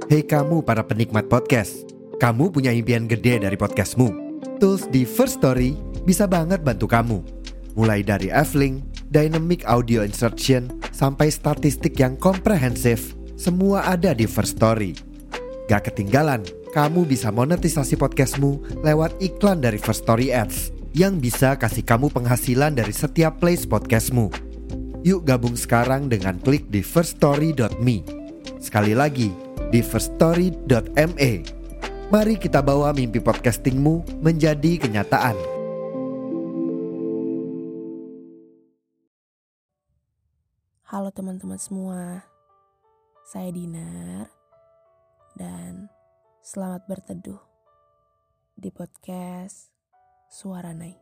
Hei kamu para penikmat podcast, kamu punya impian gede dari podcastmu. Tools di First Story bisa banget bantu kamu. Mulai dari F-Link, Dynamic Audio Insertion, sampai statistik yang komprehensif, semua ada di First Story. Gak ketinggalan, kamu bisa monetisasi podcastmu lewat iklan dari First Story Ads yang bisa kasih kamu penghasilan dari setiap plays podcastmu. Yuk gabung sekarang dengan klik di firststory.me. Sekali lagi, di firststory.me. Mari kita bawa mimpi podcastingmu menjadi kenyataan. Halo teman-teman semua, saya Dinar dan selamat berteduh di podcast Suara Nai.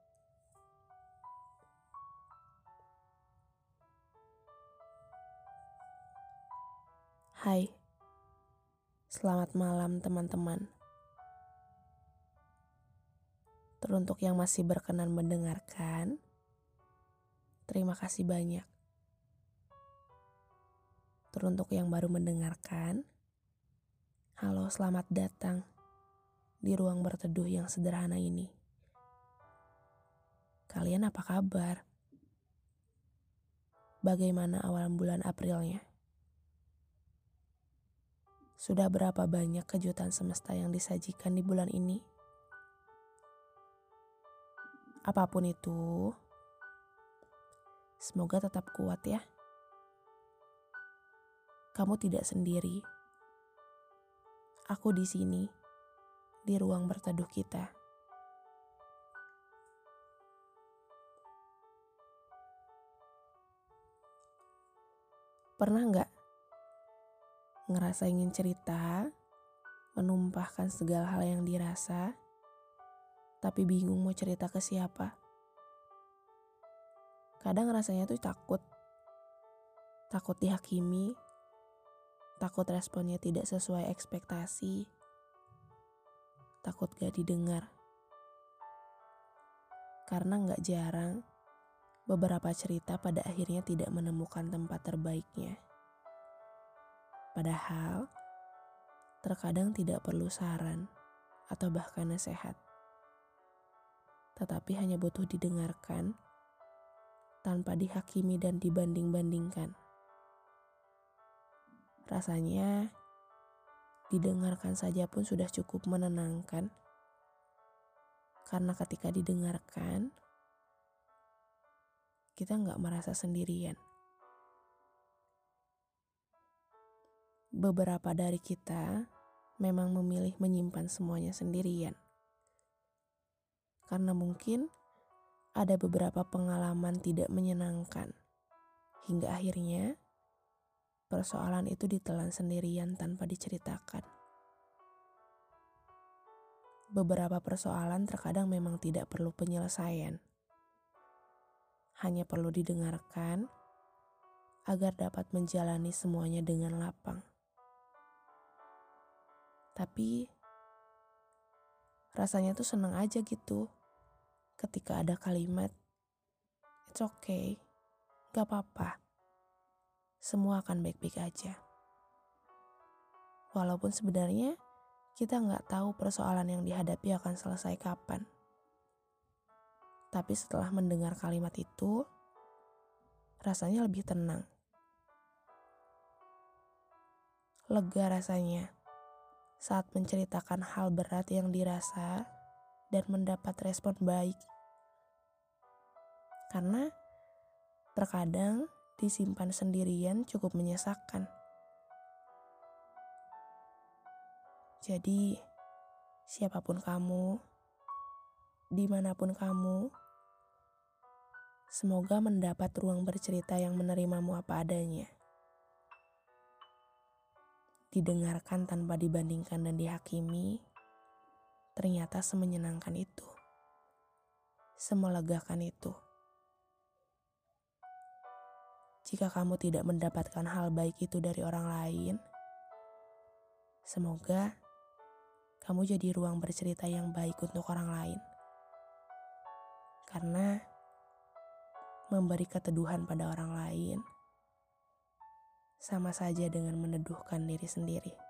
Hai, selamat malam teman-teman. Teruntuk yang masih berkenan mendengarkan, terima kasih banyak. Teruntuk yang baru mendengarkan, halo, selamat datang di ruang berteduh yang sederhana ini. Kalian apa kabar? Bagaimana awal bulan Aprilnya? Sudah berapa banyak kejutan semesta yang disajikan di bulan ini? Apapun itu, semoga tetap kuat ya. Kamu tidak sendiri. Aku di sini, di ruang berteduh kita. Pernah nggak ngerasa ingin cerita, menumpahkan segala hal yang dirasa, tapi bingung mau cerita ke siapa? Kadang rasanya tuh takut dihakimi, takut responnya tidak sesuai ekspektasi, takut gak didengar. Karena gak jarang, beberapa cerita pada akhirnya tidak menemukan tempat terbaiknya. Padahal, terkadang tidak perlu saran atau bahkan nasihat. Tetapi hanya butuh didengarkan tanpa dihakimi dan dibanding-bandingkan. Rasanya didengarkan saja pun sudah cukup menenangkan. Karena ketika didengarkan, kita nggak merasa sendirian. Beberapa dari kita memang memilih menyimpan semuanya sendirian. Karena mungkin ada beberapa pengalaman tidak menyenangkan. Hingga akhirnya persoalan itu ditelan sendirian tanpa diceritakan. Beberapa persoalan terkadang memang tidak perlu penyelesaian. Hanya perlu didengarkan agar dapat menjalani semuanya dengan lapang. Tapi rasanya tuh senang aja gitu ketika ada kalimat, "It's okay, gak apa-apa, semua akan baik-baik aja." Walaupun sebenarnya kita gak tahu persoalan yang dihadapi akan selesai kapan. Tapi setelah mendengar kalimat itu, rasanya lebih tenang. Lega rasanya saat menceritakan hal berat yang dirasa dan mendapat respon baik. Karena terkadang disimpan sendirian cukup menyesakkan. Jadi, siapapun kamu, dimanapun kamu, semoga mendapat ruang bercerita yang menerimamu apa adanya. Didengarkan tanpa dibandingkan dan dihakimi, ternyata semenyenangkan itu, semelegakan itu. Jika kamu tidak mendapatkan hal baik itu dari orang lain, semoga kamu jadi ruang bercerita yang baik untuk orang lain. Karena memberi keteduhan pada orang lain sama saja dengan meneduhkan diri sendiri.